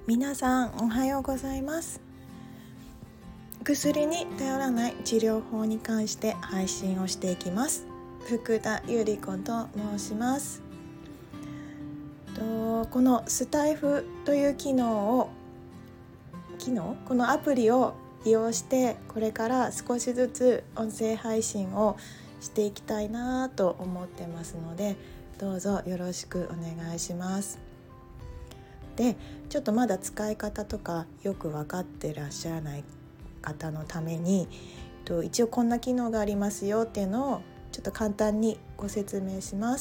皆さんおはようございます。薬に頼らない治療法に関して配信をしていきます。福田由里子と申します。このスタイフというこのアプリを利用してこれから少しずつ音声配信をしていきたいなと思ってますので、どうぞよろしくお願いします。で、ちょっとまだ使い方とかよく分かってらっしゃらない方のために、一応こんな機能がありますよっていうのをちょっと簡単にご説明します。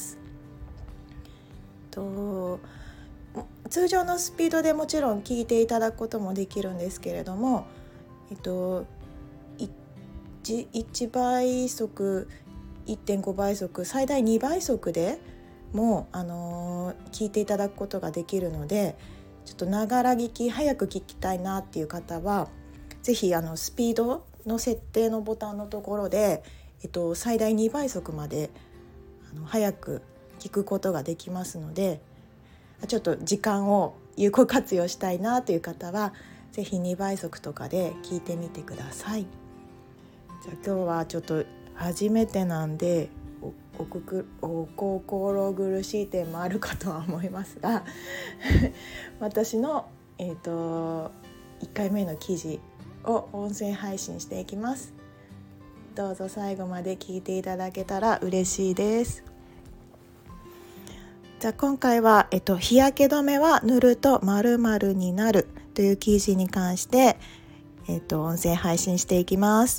通常のスピードでもちろん聞いていただくこともできるんですけれども、1倍速、1.5 倍速、最大2倍速でも聞いていただくことができるので、ちょっとながら聞き早く聞きたいなっていう方はぜひスピードの設定のボタンのところで、最大2倍速まで早く聞くことができますので、ちょっと時間を有効活用したいなという方はぜひ2倍速とかで聞いてみてください。じゃあ今日はちょっと初めてなんでお心苦しい点もあるかとは思いますが私の、1回目の記事を音声配信していきます。どうぞ最後まで聞いていただけたら嬉しいです。じゃあ今回は、日焼け止めは塗ると〇〇になるという記事に関して、音声配信していきます。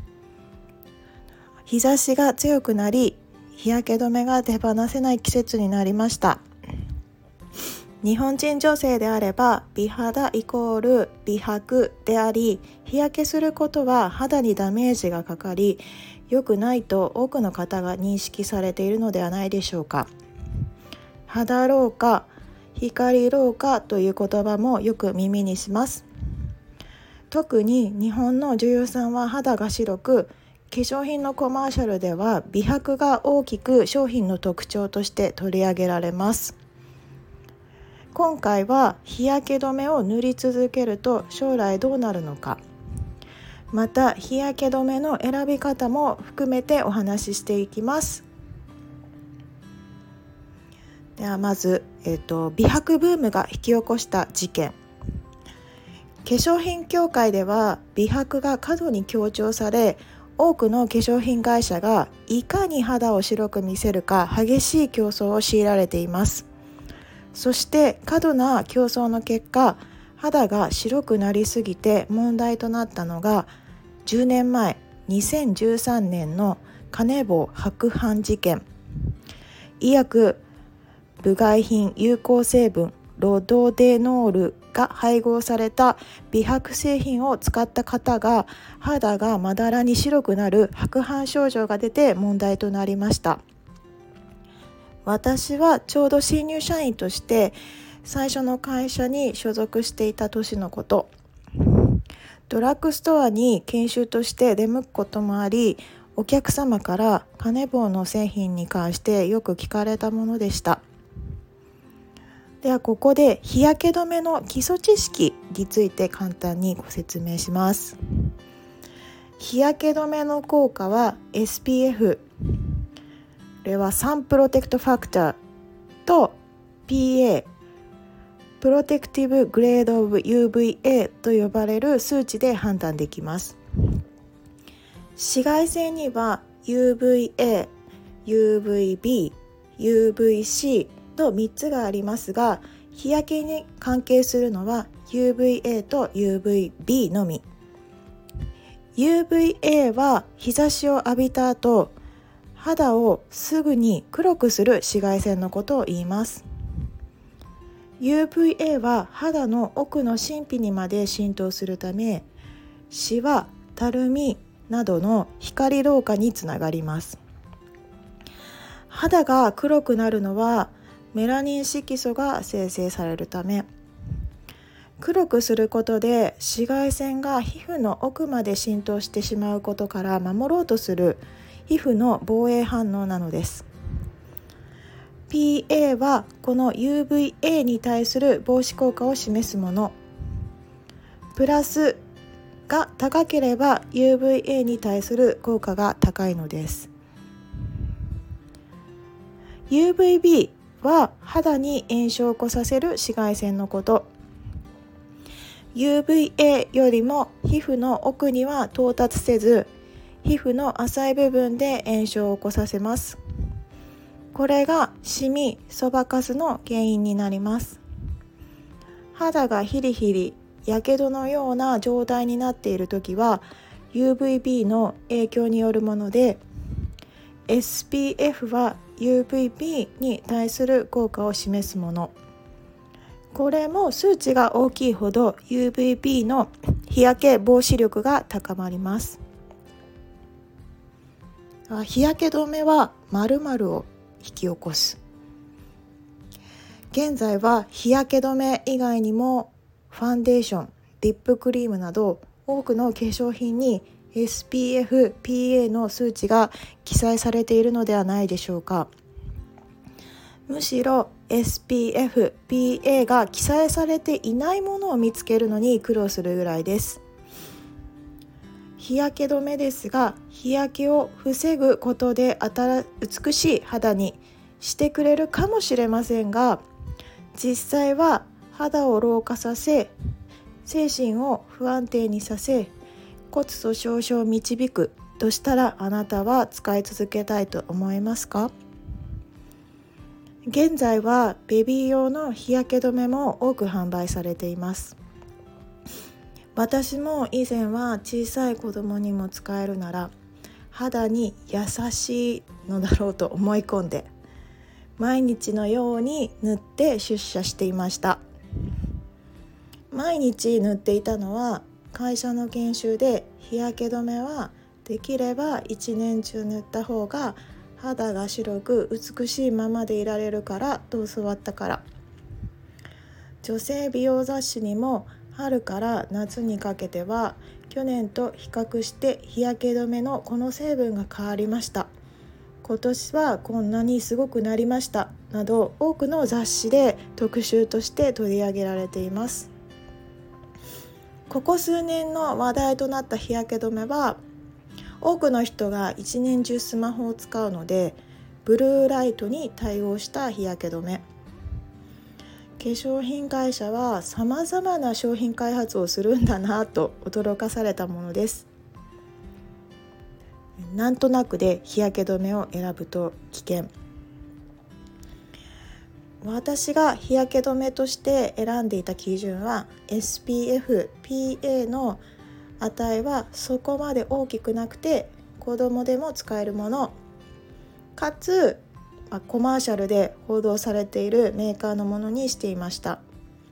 日差しが強くなり、日焼け止めが手放せない季節になりました。日本人女性であれば美肌イコール美白であり、日焼けすることは肌にダメージがかかり良くないと多くの方が認識されているのではないでしょうか。肌老化、光老化という言葉もよく耳にします。特に日本の女優さんは肌が白く、化粧品のコマーシャルでは美白が大きく商品の特徴として取り上げられます。今回は日焼け止めを塗り続けると将来どうなるのか、また日焼け止めの選び方も含めてお話ししていきます。ではまず、美白ブームが引き起こした事件。化粧品業界では美白が過度に強調され、多くの化粧品会社がいかに肌を白く見せるか激しい競争を強いられています。そして過度な競争の結果、肌が白くなりすぎて問題となったのが10年前2013年のカネボウ白斑事件。医薬部外品有効成分ロドデノールが配合された美白製品を使った方が肌がまだらに白くなる白斑症状が出て問題となりました。私はちょうど新入社員として最初の会社に所属していた年のこと。ドラッグストアに研修として出向くこともあり、お客様からカネボウの製品に関してよく聞かれたものでした。ではここで日焼け止めの基礎知識について簡単にご説明します。日焼け止めの効果は SPF、 これはサンプロテクトファクターと PA、 プロテクティブグレードオブ UVA と呼ばれる数値で判断できます。紫外線には UVA、UVB、UVCの3つがありますが、日焼けに関係するのは UVA と UVB のみ。 UVA は日差しを浴びた後、肌をすぐに黒くする紫外線のことを言います。 UVA は肌の奥の真皮にまで浸透するため、シワ、たるみなどの光老化につながります。肌が黒くなるのはメラニン色素が生成されるため、黒くすることで紫外線が皮膚の奥まで浸透してしまうことから守ろうとする皮膚の防衛反応なのです。 PA はこの UVA に対する防止効果を示すもの。プラスが高ければ UVA に対する効果が高いのです。UVB は肌に炎症を起こさせる紫外線のこと。UVA よりも皮膚の奥には到達せず、皮膚の浅い部分で炎症を起こさせます。これがシミ、そばかすの原因になります。肌がヒリヒリ、やけどのような状態になっているときは UVB の影響によるもので、 SPF は UVB に対する効果を示すもの。これも数値が大きいほど UVB の日焼け防止力が高まります。日焼け止めは〇〇を引き起こす。現在は日焼け止め以外にもファンデーション、リップクリームなど多くの化粧品に SPF、PA の数値が記載されているのではないでしょうか。むしろ SPF、PA が記載されていないものを見つけるのに苦労するぐらいです。日焼け止めですが、日焼けを防ぐことで美しい肌にしてくれるかもしれませんが、実際は肌を老化させ、精神を不安定にさせ、骨粗しょう症を導くとしたら、あなたは使い続けたいと思いますか？現在はベビー用の日焼け止めも多く販売されています。私も以前は小さい子供にも使えるなら肌に優しいのだろうと思い込んで、毎日のように塗って出社していました。毎日塗っていたのは、会社の研修で日焼け止めはできれば一年中塗った方が肌が白く美しいままでいられるからと教わったから。女性美容雑誌にも春から夏にかけては去年と比較して日焼け止めのこの成分が変わりました、今年はこんなにすごくなりましたなど、多くの雑誌で特集として取り上げられています。ここ数年の話題となった日焼け止めは、多くの人が一年中スマホを使うので、ブルーライトに対応した日焼け止め。化粧品会社はさまざまな商品開発をするんだなと驚かされたものです。なんとなくで日焼け止めを選ぶと危険。私が日焼け止めとして選んでいた基準は SPF、PA の値はそこまで大きくなくて子供でも使えるもの、かつコマーシャルで報道されているメーカーのものにしていました。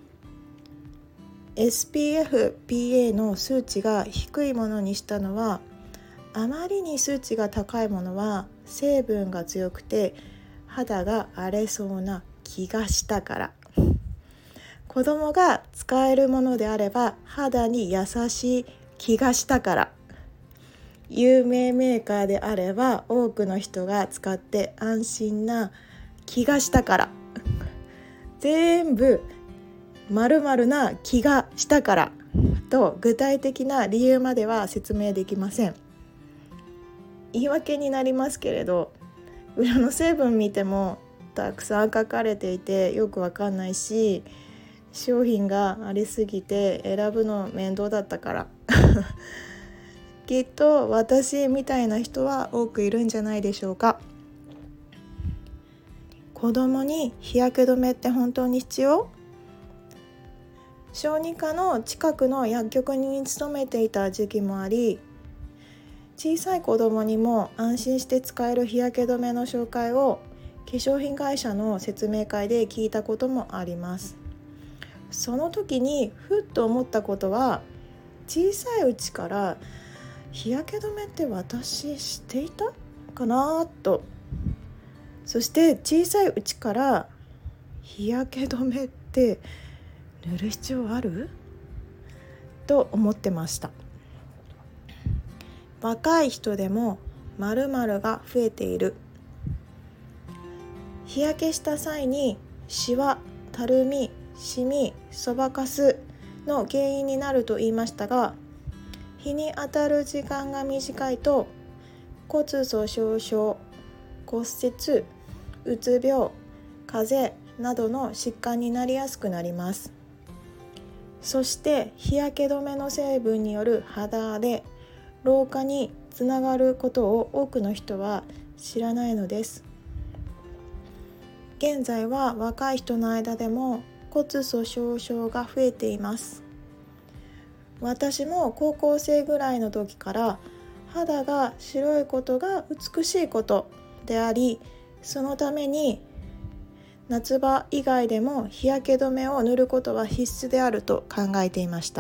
SPF、PA の数値が低いものにしたのは、あまりに数値が高いものは成分が強くて肌が荒れそうな気がしたから。子供が使えるものであれば肌に優しい気がしたから。有名メーカーであれば多くの人が使って安心な気がしたから。全部〇〇な気がしたからと具体的な理由までは説明できません。言い訳になりますけれど、裏の成分見てもたくさん書かれていてよくわかんないし、商品がありすぎて選ぶの面倒だったからきっと私みたいな人は多くいるんじゃないでしょうか。子供に日焼け止めって本当に必要？小児科の近くの薬局に勤めていた時期もあり、小さい子供にも安心して使える日焼け止めの紹介を化粧品会社の説明会で聞いたこともあります。その時にふっと思ったことは、小さいうちから日焼け止めって私していたかなと。そして小さいうちから日焼け止めって塗る必要ある？と思ってました。若い人でも〇〇が増えている。 日焼けした際にシワ、たるみ、シミ、そばかすの原因になると言いましたが、日に当たる時間が短いと骨粗しょう症、骨折、うつ病、風邪などの疾患になりやすくなります。そして日焼け止めの成分による肌荒れ、老化につながることを多くの人は知らないのです。現在は若い人の間でも骨粗しょう症が増えています。私も高校生ぐらいの時から肌が白いことが美しいことであり、そのために夏場以外でも日焼け止めを塗ることは必須であると考えていました。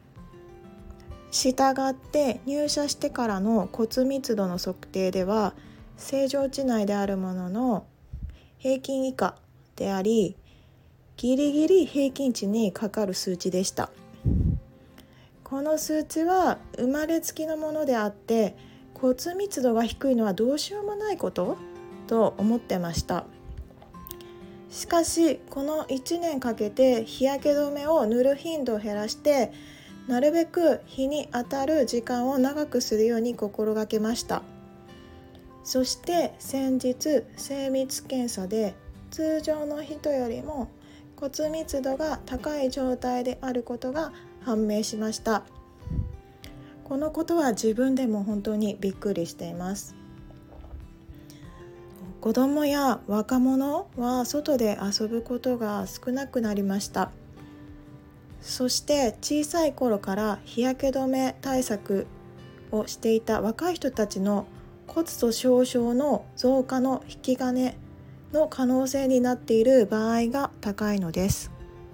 したがって入社してからの骨密度の測定では正常値内であるものの平均以下であり、ギリギリ平均値にかかる数値でした。この数値は生まれつきのものであって、骨密度が低いのはどうしようもないことと思ってました。しかしこの1年かけて日焼け止めを塗る頻度を減らして、なるべく日に当たる時間を長くするように心がけました。そして先日精密検査で通常の人よりも骨密度が高い状態であることが判明しました。このことは自分でも本当にびっくりしています。子供や若者は外で遊ぶことが少なくなりました。そして小さい頃から日焼け止め対策をしていた若い人たちの骨粗しょう症の増加の引き金の可能性になっている場合が高いのです。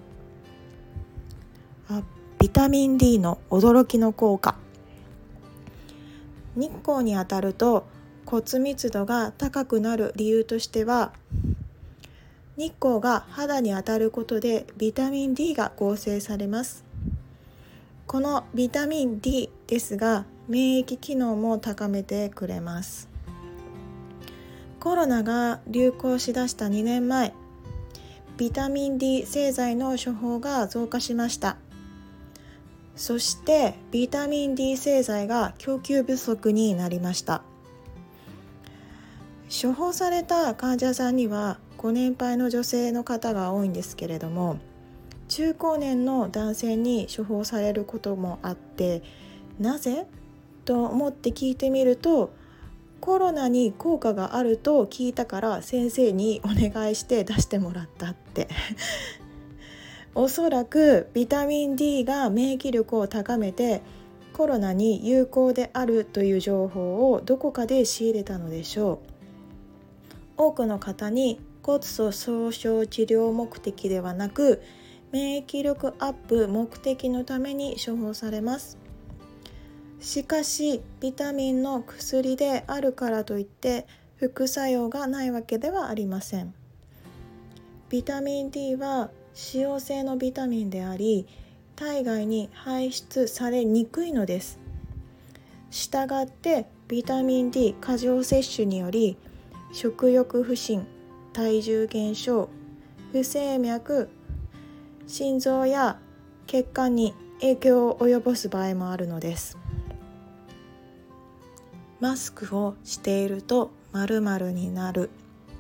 ビタミン D の驚きの効果。日光に当たると骨密度が高くなる理由としては、日光が肌に当たることでビタミン D が合成されます。このビタミン D ですが、免疫機能も高めてくれます。コロナが流行しだした2年前、ビタミン D 製剤の処方が増加しました。そしてビタミン D 製剤が供給不足になりました。処方された患者さんにはご年配の女性の方が多いんですけれども、中高年の男性に処方されることもあって、なぜと思って聞いてみると、コロナに効果があると聞いたから先生にお願いして出してもらったっておそらくビタミン D が免疫力を高めてコロナに有効であるという情報をどこかで仕入れたのでしょう。多くの方に骨粗しょう症治療目的ではなく、免疫力アップ目的のために処方されます。しかしビタミンの薬であるからといって副作用がないわけではありません。ビタミン D は脂溶性のビタミンであり、体外に排出されにくいのです。したがってビタミン D 過剰摂取により食欲不振、体重減少、不整脈、心臓や血管に影響を及ぼす場合もあるのです。マスクをしていると〇〇になる。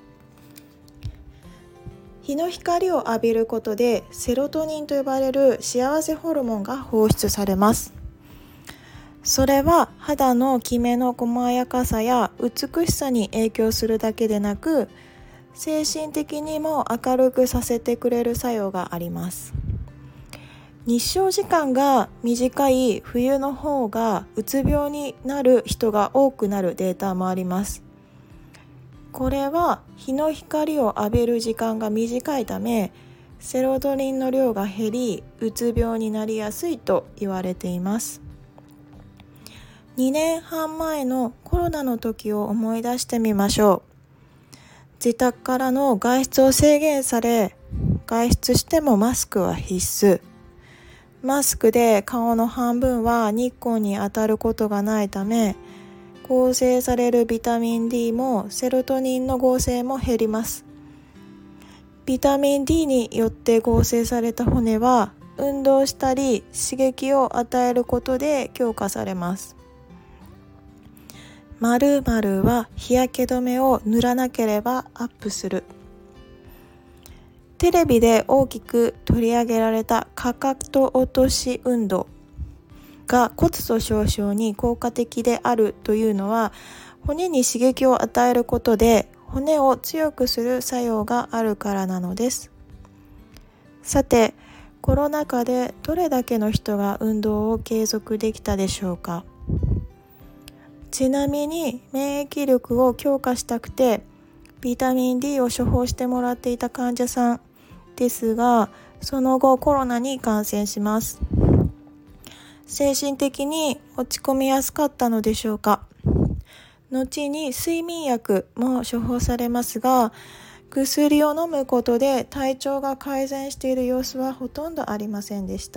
日の光を浴びることでセロトニンと呼ばれる幸せホルモンが放出されます。それは肌のきめの細やかさや美しさに影響するだけでなく、精神的にも明るくさせてくれる作用があります。日照時間が短い冬の方がうつ病になる人が多くなるデータもあります。これは日の光を浴びる時間が短いため、セロトニンの量が減り、うつ病になりやすいと言われています。2年半前のコロナの時を思い出してみましょう。自宅からの外出を制限され、外出してもマスクは必須。マスクで顔の半分は日光に当たることがないため、合成されるビタミン D もセロトニンの合成も減ります。 ビタミン D によって合成された骨は運動したり刺激を与えることで強化されます。〇〇は日焼け止めを塗らなければアップする。テレビで大きく取り上げられたかかと落とし運動が骨粗しょう症に効果的であるというのは、骨に刺激を与えることで骨を強くする作用があるからなのです。さて、コロナ禍でどれだけの人が運動を継続できたでしょうか。ちなみに免疫力を強化したくてビタミン D を処方してもらっていた患者さんですが、その後コロナに感染します。精神的に落ち込みやすかったのでしょうか。後に睡眠薬も処方されますが、薬を飲むことで体調が改善している様子はほとんどありませんでした。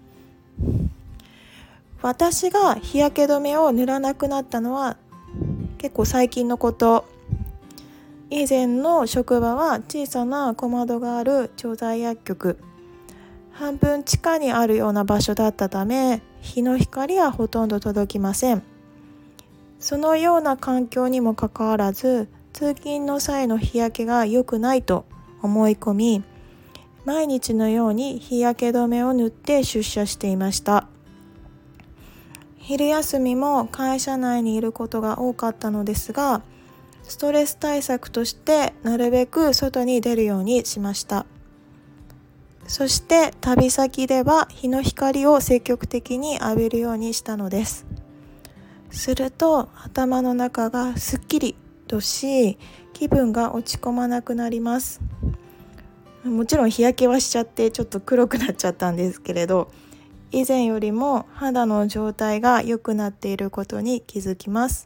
私が日焼け止めを塗らなくなったのは結構最近のこと。以前の職場は小さな小窓がある調剤薬局、半分地下にあるような場所だったため、日の光はほとんど届きません。そのような環境にもかかわらず、通勤の際の日焼けが良くないと思い込み、毎日のように日焼け止めを塗って出社していました。昼休みも会社内にいることが多かったのですが、ストレス対策としてなるべく外に出るようにしました。そして旅先では日の光を積極的に浴びるようにしたのです。すると頭の中がすっきりとし、気分が落ち込まなくなります。もちろん日焼けはしちゃってちょっと黒くなっちゃったんですけれど、以前よりも肌の状態が良くなっていることに気づきます。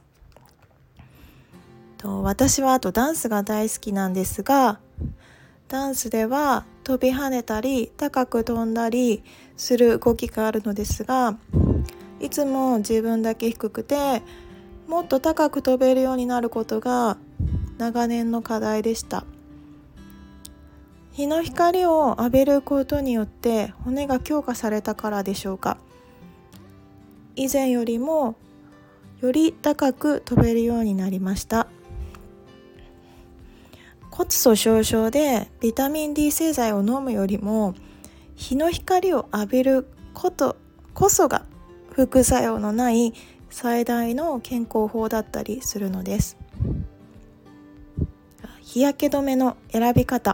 私はあとダンスが大好きなんですが、ダンスでは飛び跳ねたり高く飛んだりする動きがあるのですが、いつも自分だけ低くて、もっと高く飛べるようになることが長年の課題でした。日の光を浴びることによって骨が強化されたからでしょうか。以前よりもより高く飛べるようになりました。骨粗しょう症でビタミン D 製剤を飲むよりも日の光を浴びることこそが副作用のない最大の健康法だったりするのです。日焼け止めの選び方。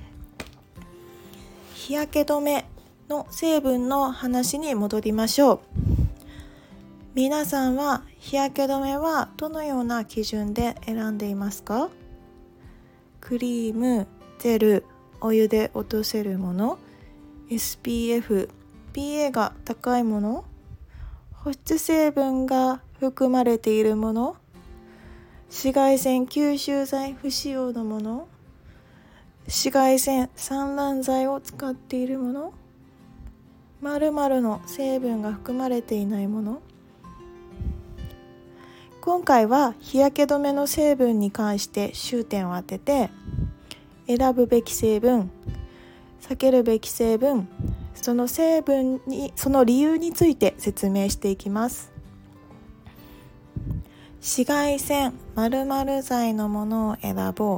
日焼け止めの成分の話に戻りましょう。皆さんは日焼け止めはどのような基準で選んでいますか？クリーム、ジェル、お湯で落とせるもの、SPF、PA が高いもの、保湿成分が含まれているもの、紫外線吸収剤不使用のもの、紫外線散乱剤を使っているもの、〇〇の成分が含まれていないもの。今回は日焼け止めの成分に関して焦点を当てて、選ぶべき成分、避けるべき成分、その理由について説明していきます。紫外線〇〇剤のものを選ぼう。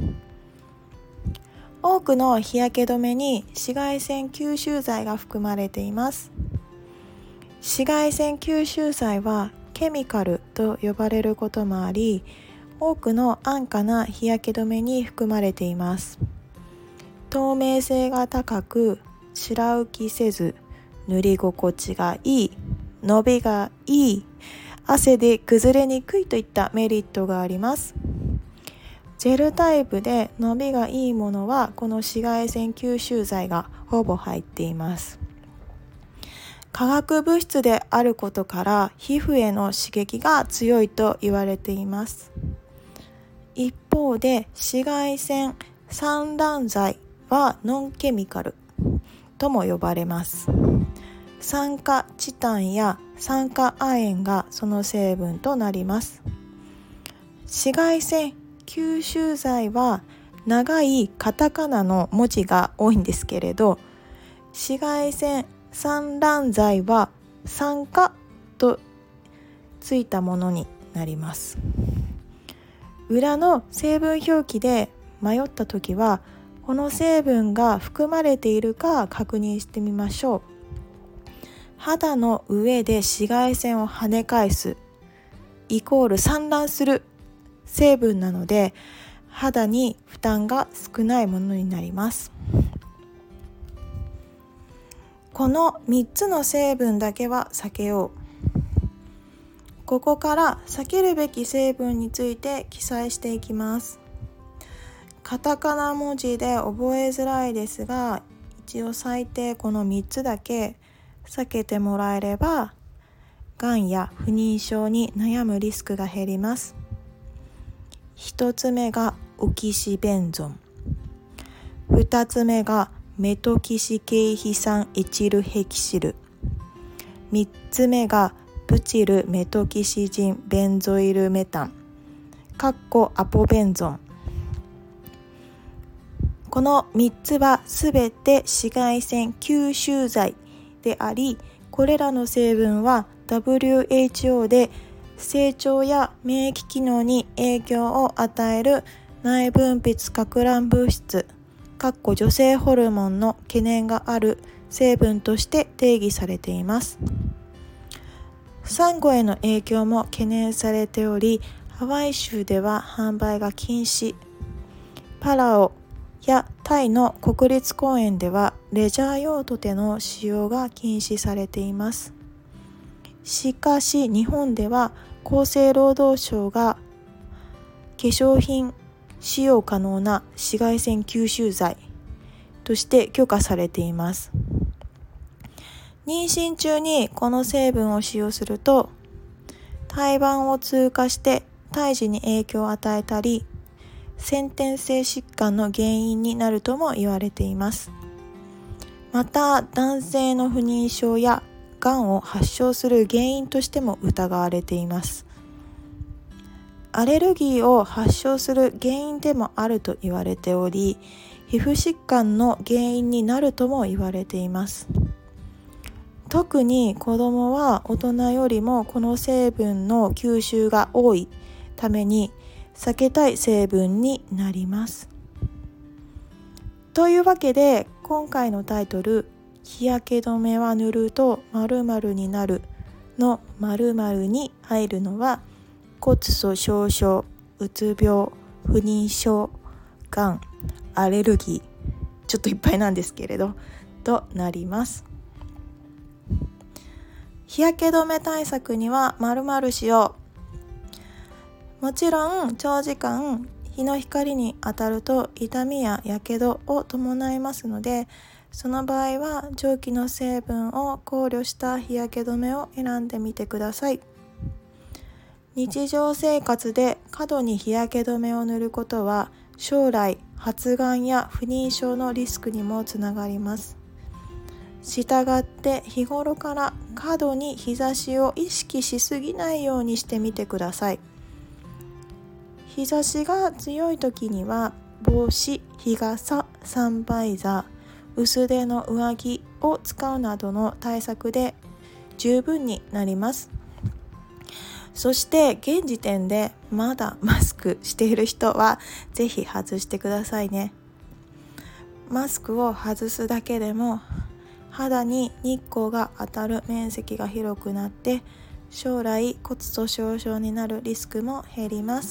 多くの日焼け止めに紫外線吸収剤が含まれています。紫外線吸収剤はケミカルと呼ばれることもあり、多くの安価な日焼け止めに含まれています。透明性が高く、白浮きせず、塗り心地がいい、伸びがいい、汗で崩れにくいといったメリットがあります。ジェルタイプで伸びがいいものはこの紫外線吸収剤がほぼ入っています。化学物質であることから皮膚への刺激が強いと言われています。一方で紫外線散乱剤はノンケミカルとも呼ばれます。酸化チタンや酸化亜鉛がその成分となります。紫外線吸収剤は長いカタカナの文字が多いんですけれど、紫外線散乱剤は酸化とついたものになります。裏の成分表記で迷った時は、この成分が含まれているか確認してみましょう。肌の上で紫外線を跳ね返すイコール散乱する成分なので、肌に負担が少ないものになります。この3つの成分だけは避けよう。ここから避けるべき成分について記載していきます。カタカナ文字で覚えづらいですが、一応最低この3つだけ避けてもらえれば、がんや不妊症に悩むリスクが減ります。1つ目がオキシベンゾン、2つ目がメトキシケイヒ酸エチルヘキシル、3つ目がブチルメトキシジンベンゾイルメタンアポベンゾン。この3つはすべて紫外線吸収剤であり、これらの成分は WHO で成長や免疫機能に影響を与える内分泌かく乱物質女性ホルモンの懸念がある成分として定義されています。サンゴへの影響も懸念されており、ハワイ州では販売が禁止。パラオやタイの国立公園ではレジャー用途での使用が禁止されています。しかし日本では厚生労働省が化粧品使用可能な紫外線吸収剤として許可されています。妊娠中にこの成分を使用すると、胎盤を通過して胎児に影響を与えたり、先天性疾患の原因になるとも言われています。また、男性の不妊症やがんを発症する原因としても疑われています。アレルギーを発症する原因でもあると言われており、皮膚疾患の原因になるとも言われています。特に子どもは大人よりもこの成分の吸収が多いために避けたい成分になります。というわけで、今回のタイトル、日焼け止めは塗ると〇〇になるの〇〇に入るのは、骨粗しょう症、うつ病、不妊症、がん、アレルギー、ちょっといっぱいなんですけれどとなります。日焼け止め対策には〇〇しよう。もちろん長時間日の光に当たると痛みややけどを伴いますので、その場合は蒸気の成分を考慮した日焼け止めを選んでみてください。日常生活で過度に日焼け止めを塗ることは、将来発がんや不妊症のリスクにもつながります。したがって日頃から過度に日差しを意識しすぎないようにしてみてください。日差しが強い時には帽子、日傘、サンバイザー、薄手の上着を使うなどの対策で十分になります。そして現時点でまだマスクしている人はぜひ外してくださいね。マスクを外すだけでも肌に日光が当たる面積が広くなって、将来骨粗しょう症になるリスクも減ります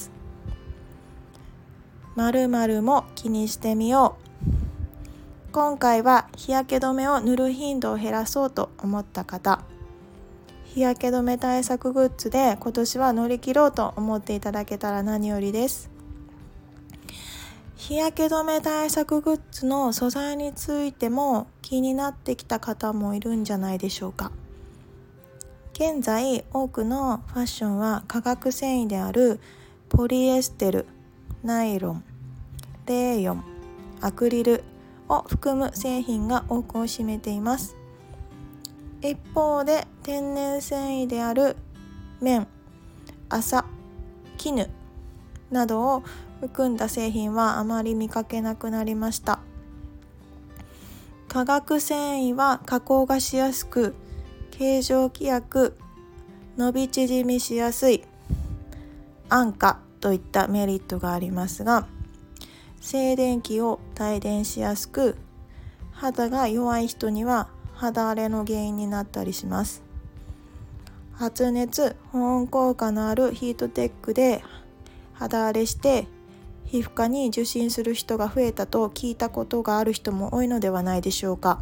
。〇〇も気にしてみよう。今回は日焼け止めを塗る頻度を減らそうと思った方、日焼け止め対策グッズで今年は乗り切ろうと思っていただけたら何よりです。日焼け止め対策グッズの素材についても気になってきた方もいるんじゃないでしょうか。現在多くのファッションは化学繊維であるポリエステル、ナイロン、レーヨン、アクリルを含む製品が多くを占めています。一方で天然繊維である綿、麻、絹などを含んだ製品はあまり見かけなくなりました。化学繊維は加工がしやすく、形状規約、伸び縮みしやすい、安価といったメリットがありますが、静電気を帯電しやすく、肌が弱い人には肌荒れの原因になったりします。発熱・保温効果のあるヒートテックで肌荒れして皮膚科に受診する人が増えたと聞いたことがある人も多いのではないでしょうか。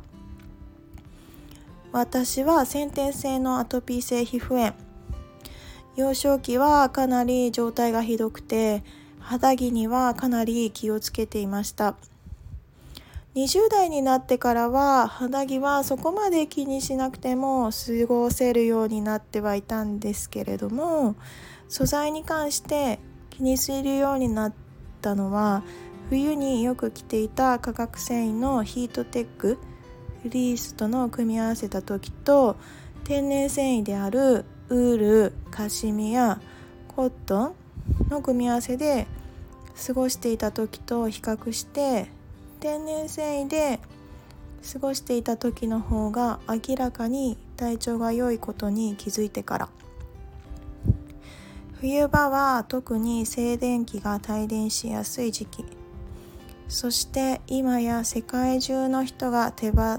私は先天性のアトピー性皮膚炎、幼少期はかなり状態がひどくて、肌着にはかなり気をつけていました。20代になってからは肌着はそこまで気にしなくても過ごせるようになってはいたんですけれども、素材に関して気にするようになったのは、冬によく着ていた化学繊維のヒートテックフリースとの組み合わせた時と、天然繊維であるウール、カシミヤ、コットンの組み合わせで過ごしていた時と比較して、天然繊維で過ごしていた時の方が明らかに体調が良いことに気づいてから、冬場は特に静電気が帯電しやすい時期、そして今や世界中の人が手放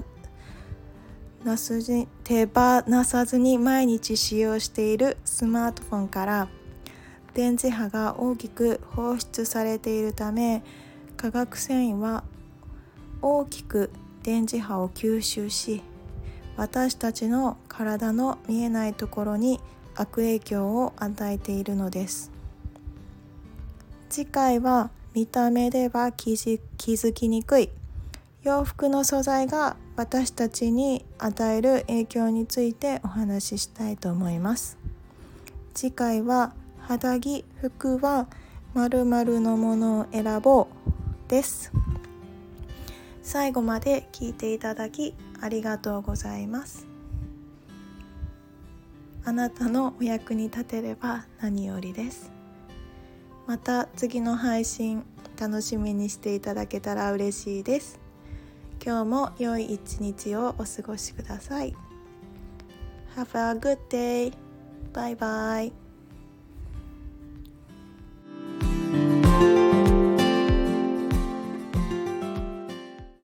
さずに毎日使用しているスマートフォンから電磁波が大きく放出されているため、化学繊維は大きく電磁波を吸収し、私たちの体の見えないところに悪影響を与えているのです。次回は見た目では気づきにくい洋服の素材が私たちに与える影響についてお話ししたいと思います。次回は肌着、服は〇〇のものを選ぼうです。最後まで聞いていただきありがとうございます。あなたのお役に立てれば何よりです。また次の配信楽しみにしていただけたら嬉しいです。今日も良い一日をお過ごしください。Have a good day. Bye bye.